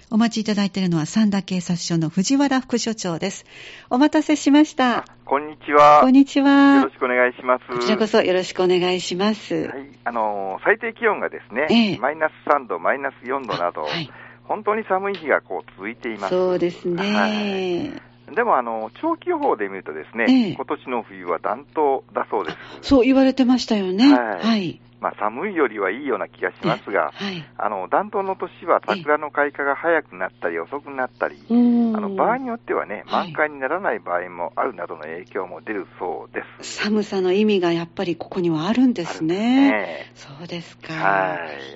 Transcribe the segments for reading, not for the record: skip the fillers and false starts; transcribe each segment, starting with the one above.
お待ちいただいているのは三田警察署の藤原副署長です。お待たせしました。 こんにちは。 こんにちは。 よろしくお願いします。 こちらこそよろしくお願いします。 はい。最低気温がですね、マイナス3度、マイナス4度など、本当に寒い日が続いています。 そうですね。 でも長期予報で見るとですね、今年の冬は暖冬だそうです。 そう言われてましたよね。はい。 寒いよりはいいような気がしますが、暖冬の年は桜の開花が早くなったり遅くなったり、場合によってはね、満開にならない場合もあるなどの影響も出るそうです。 寒さの意味がやっぱりここにはあるんですね。そうですか。 はい。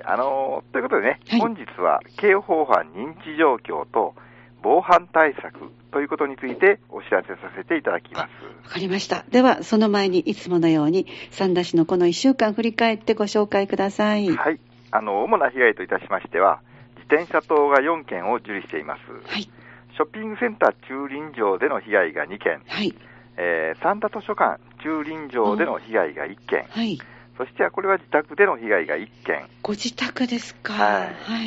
ということでね、本日は刑法犯認知状況と防犯対策ということについてお知らせさせていただきます。 わかりました。ではその前にいつものように三田市のこの1週間振り返ってご紹介ください。 はい。主な被害といたしましては、自転車盗が4件を受理しています。はい。ショッピングセンター駐輪場での被害が2件。はい。三田図書館駐輪場での被害が1件。はい。そしてこれは自宅での被害が1件。 ご自宅ですか。 はい。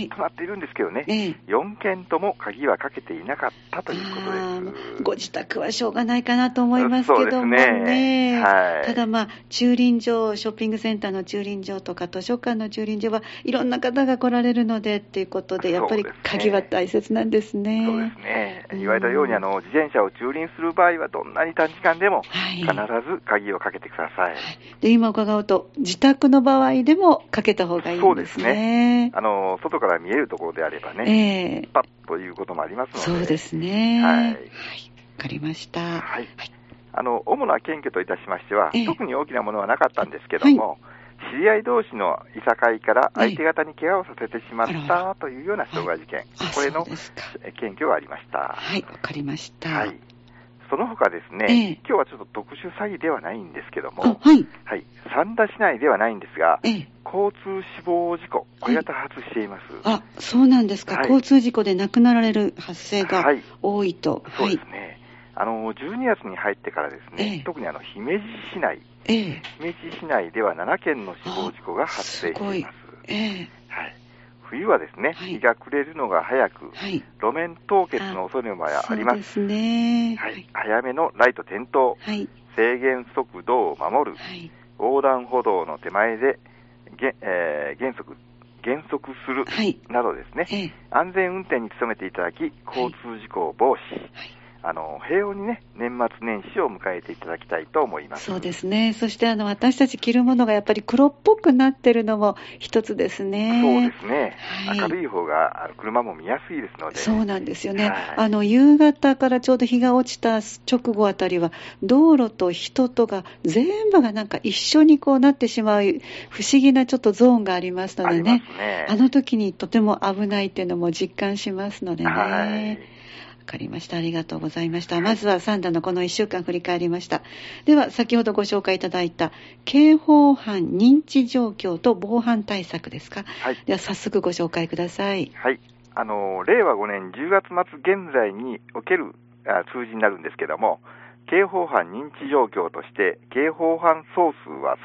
となっているんですけどね、4件とも鍵はかけていなかったということです。 ご自宅はしょうがないかなと思いますけどもね。はい。ただ駐輪場、ショッピングセンターの駐輪場とか図書館の駐輪場はいろんな方が来られるのでっていうことで、やっぱり鍵は大切なんですね。 そうですね。言われたように自転車を駐輪する場合はどんなに短時間でも必ず鍵をかけてください。 で、今伺うと自宅の場合でもかけた方がいいんですね。そうですね。 外から見えるところであればね、パッということもありますので。 そうですね。はい。わかりました。はい。 主な検挙といたしましては、特に大きなものはなかったんですけども、知り合い同士のいさかいから相手方に怪我をさせてしまったというような傷害事件、これの検挙がありました。 はい、わかりました。 はい。その他ですね、今日はちょっと特殊詐欺ではないんですけども、はい。三田市内ではないんですが、交通死亡事故、これが多発しています。 そうなんですか。交通事故で亡くなられる発生が多いと。 そうですね。12月に入ってからですね、特に姫路市内、姫路市内では7件の死亡事故が発生しています。はい。冬はですね、日が暮れるのが早く、路面凍結の恐れもあります。 そうですね。 はい。早めのライト点灯、制限速度を守る、横断歩道の手前で減速するなどですね、安全運転に努めていただき、交通事故防止、平穏にね、年末年始を迎えていただきたいと思います。 そうですね。そして私たち着るものがやっぱり黒っぽくなってるのも一つですね。 そうですね。明るい方が車も見やすいですので。 そうなんですよね。夕方からちょうど日が落ちた直後あたりは、道路と人とが全部がなんか一緒になってしまう不思議なちょっとゾーンがありますのでね。時にとても危ないっていうのも実感しますのでね。わかりました。ありがとうございました。まずは三田のこの1週間振り返りました。では先ほどご紹介いただいた刑法犯認知状況と防犯対策ですか。はい。では早速ご紹介ください。 はい。令和5年10月末現在における数字になるんですけども、刑法犯認知状況として刑法犯総数は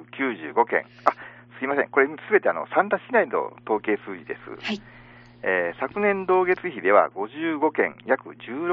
395件。すいません。これすべて三田市内の統計数字です。はい。昨年同月比では55件、約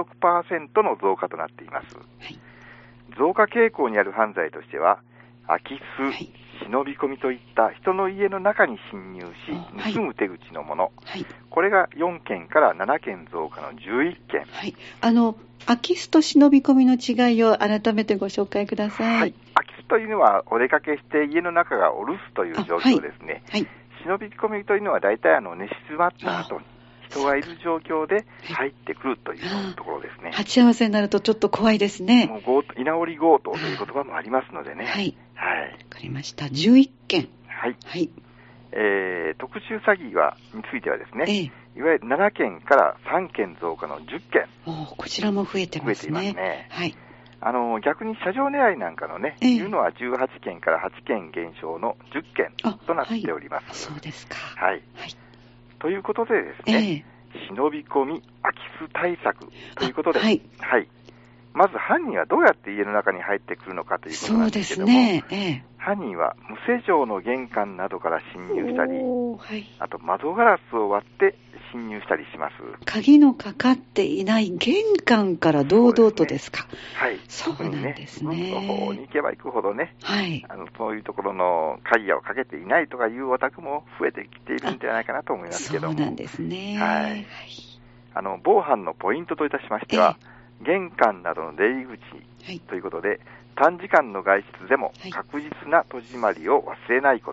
16% の増加となっています。はい、増加傾向にある犯罪としては、空き巣、忍び込みといった人の家の中に侵入し、盗む手口のもの、これが4件から7件増加の11件。はい、 空き巣と忍び込みの違いを改めてご紹介ください。はい、 空き巣というのはお出かけして家の中がお留守という状況ですね。はい。忍び込みというのは大体寝静まった後に人がいる状況で入ってくるというところですね。 鉢合わせになるとちょっと怖いですね。 もう居直り強盗という言葉もありますのでね。はい。 はい。わかりました。11件。 はい。はい。特殊詐欺についてはですね、いわゆる7件から3件増加の10件。 こちらも増えてますね。 増えていますね。はい。逆に車上狙いなんかのね、いうのは18件から8件減少の10件となっております。 そうですか。 はい。ということでですね、忍び込み、空き巣対策ということで、はい。まず犯人はどうやって家の中に入ってくるのかということなんですけども、 犯人は無施錠の玄関などから侵入したり、 はい、 あと窓ガラスを割って侵入したりします。 鍵のかかっていない玄関から堂々とですか。 はい。 そうなんですね。 特にね、の方に行けば行くほどね、 はい、 そういうところの鍵をかけていないとかいうお宅も増えてきているんじゃないかなと思いますけども。 そうなんですね。 はい。防犯のポイントといたしましては、玄関などの出入り口ということで、短時間の外出でも確実な戸締まりを忘れないこと、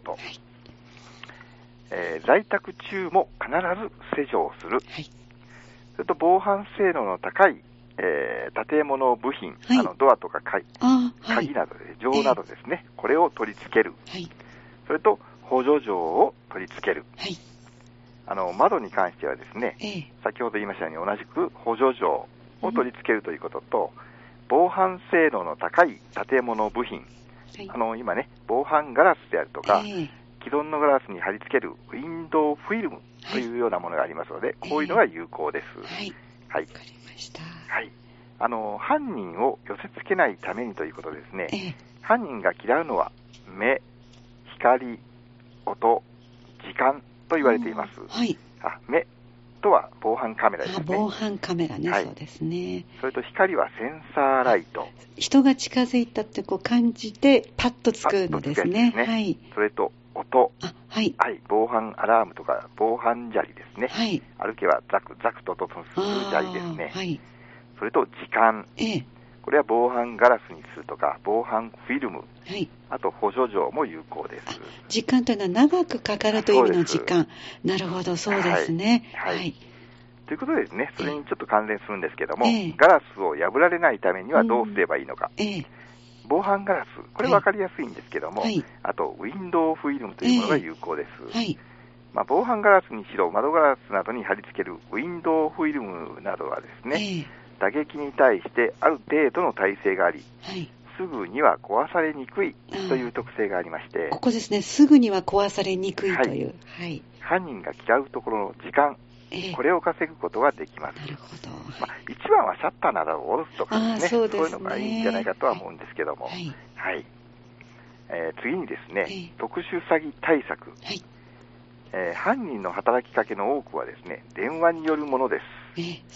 在宅中も必ず施錠をする、それと防犯性能の高い、建物部品、ドアとか鍵などで錠などですね、これを取り付ける、それと補助錠を取り付ける、窓に関してはですね、先ほど言いましたように同じく補助錠を取り付けるということと、防犯性能の高い建物部品、今ね、防犯ガラスであるとか、既存のガラスに貼り付けるウィンドウフィルムというようなものがありますので、こういうのが有効です。 はい。 はい。 わかりました。 はい。犯人を寄せ付けないためにということですね、犯人が嫌うのは目、光、音、時間と言われています。 はい。 目とは防犯カメラですね。 防犯カメラね、そうですね。 それと光はセンサーライト。 人が近づいたって感じてパッとつくのですね。はい。 それと音。 はい。 防犯アラームとか防犯砂利ですね。 はい。 歩けばザクザクと音のする砂利ですね。 はい。 それと時間。これは防犯ガラスにするとか防犯フィルム。はい。あと補助錠も有効です。 時間というのは長くかかるという意味の時間。なるほど、そうですね。 はい。ということでですね、それにちょっと関連するんですけども、ガラスを破られないためにはどうすればいいのか。防犯ガラス、これ分かりやすいんですけども、あとウィンドウフィルムというものが有効です。防犯ガラスにしろ窓ガラスなどに貼り付けるウィンドウフィルムなどはですね、打撃に対してある程度の耐性があり、すぐには壊されにくいという特性がありまして、 ここですね、すぐには壊されにくいという、 犯人が嫌うところの時間、これを稼ぐことができます。 なるほど。 一番はシャッターなどを下ろすとかですね、そういうのがいいんじゃないかとは思うんですけども、次にですね、特殊詐欺対策。犯人の働きかけの多くはですね、電話によるものです。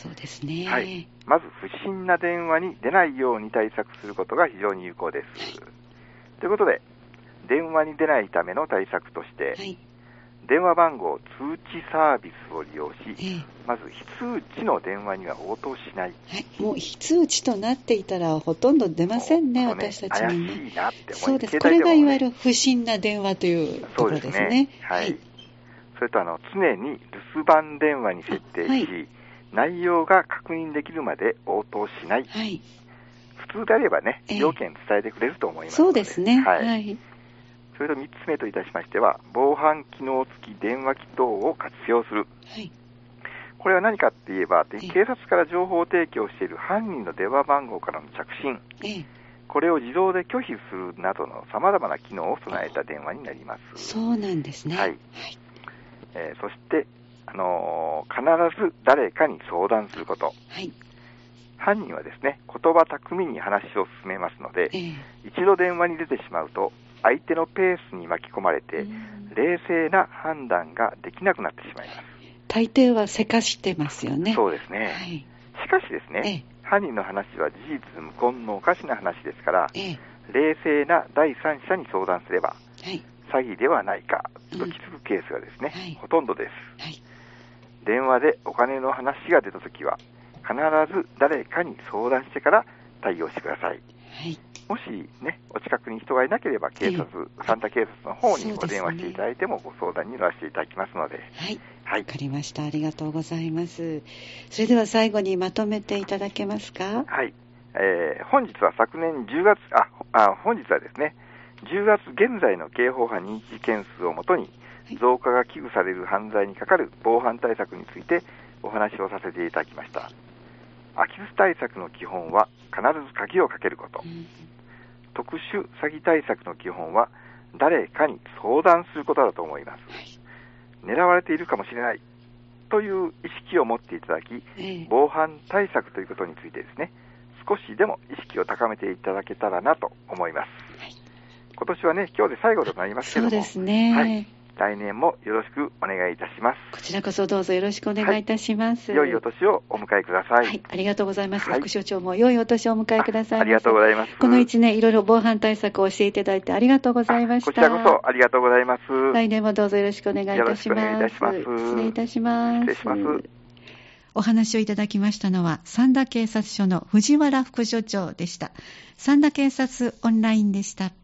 そうですね。 まず不審な電話に出ないように対策することが非常に有効です。ということで、電話に出ないための対策として、電話番号通知サービスを利用し、まず非通知の電話には応答しない。 もう非通知となっていたらほとんど出ませんね、私たちもね。 怪しいなって思います。 そうです。これがいわゆる不審な電話というところですね。 それと常に留守番電話に設定し、内容が確認できるまで応答しない。普通であればね、要件伝えてくれると思います。 そうですね。 それと3つ目といたしましては、防犯機能付き電話機等を活用する。これは何かって言えば、警察から情報提供している犯人の電話番号からの着信、これを自動で拒否するなどの様々な機能を備えた電話になります。 そうなんですね。 そして、必ず誰かに相談すること。犯人はですね、言葉巧みに話を進めますので、一度電話に出てしまうと、相手のペースに巻き込まれて、冷静な判断ができなくなってしまいます。 大抵はせかしてますよね。 そうですね。しかしですね、犯人の話は事実無根のおかしな話ですから、冷静な第三者に相談すれば、詐欺ではないかと気づくケースがですね、ほとんどです。電話でお金の話が出たときは、必ず誰かに相談してから対応してください。もしね、お近くに人がいなければサンタ警察の方にお電話していただいてもご相談に乗らせていただきますので。 わかりました。ありがとうございます。それでは最後にまとめていただけますか。 本日は昨年10月、本日はですね、10月現在の刑法犯認知件数をもとに、増加が危惧される犯罪にかかる防犯対策についてお話をさせていただきました。空き巣対策の基本は必ず鍵をかけること。特殊詐欺対策の基本は誰かに相談することだと思います。狙われているかもしれないという意識を持っていただき、防犯対策ということについてですね、少しでも意識を高めていただけたらなと思います。 今年はね、今日で最後となりますけども。 そうですね。 はい。来年もよろしくお願いいたします。 こちらこそどうぞよろしくお願いいたします。 良いお年をお迎えください。 はい、ありがとうございます。副所長も良いお年をお迎えください。 ありがとうございます。 この1年いろいろ防犯対策を教えていただいてありがとうございました。 こちらこそありがとうございます。 来年もどうぞよろしくお願いいたします。 よろしくお願いいたします。 失礼いたします。 失礼します。 お話をいただきましたのは三田警察署の藤原副所長でした。三田警察オンラインでした。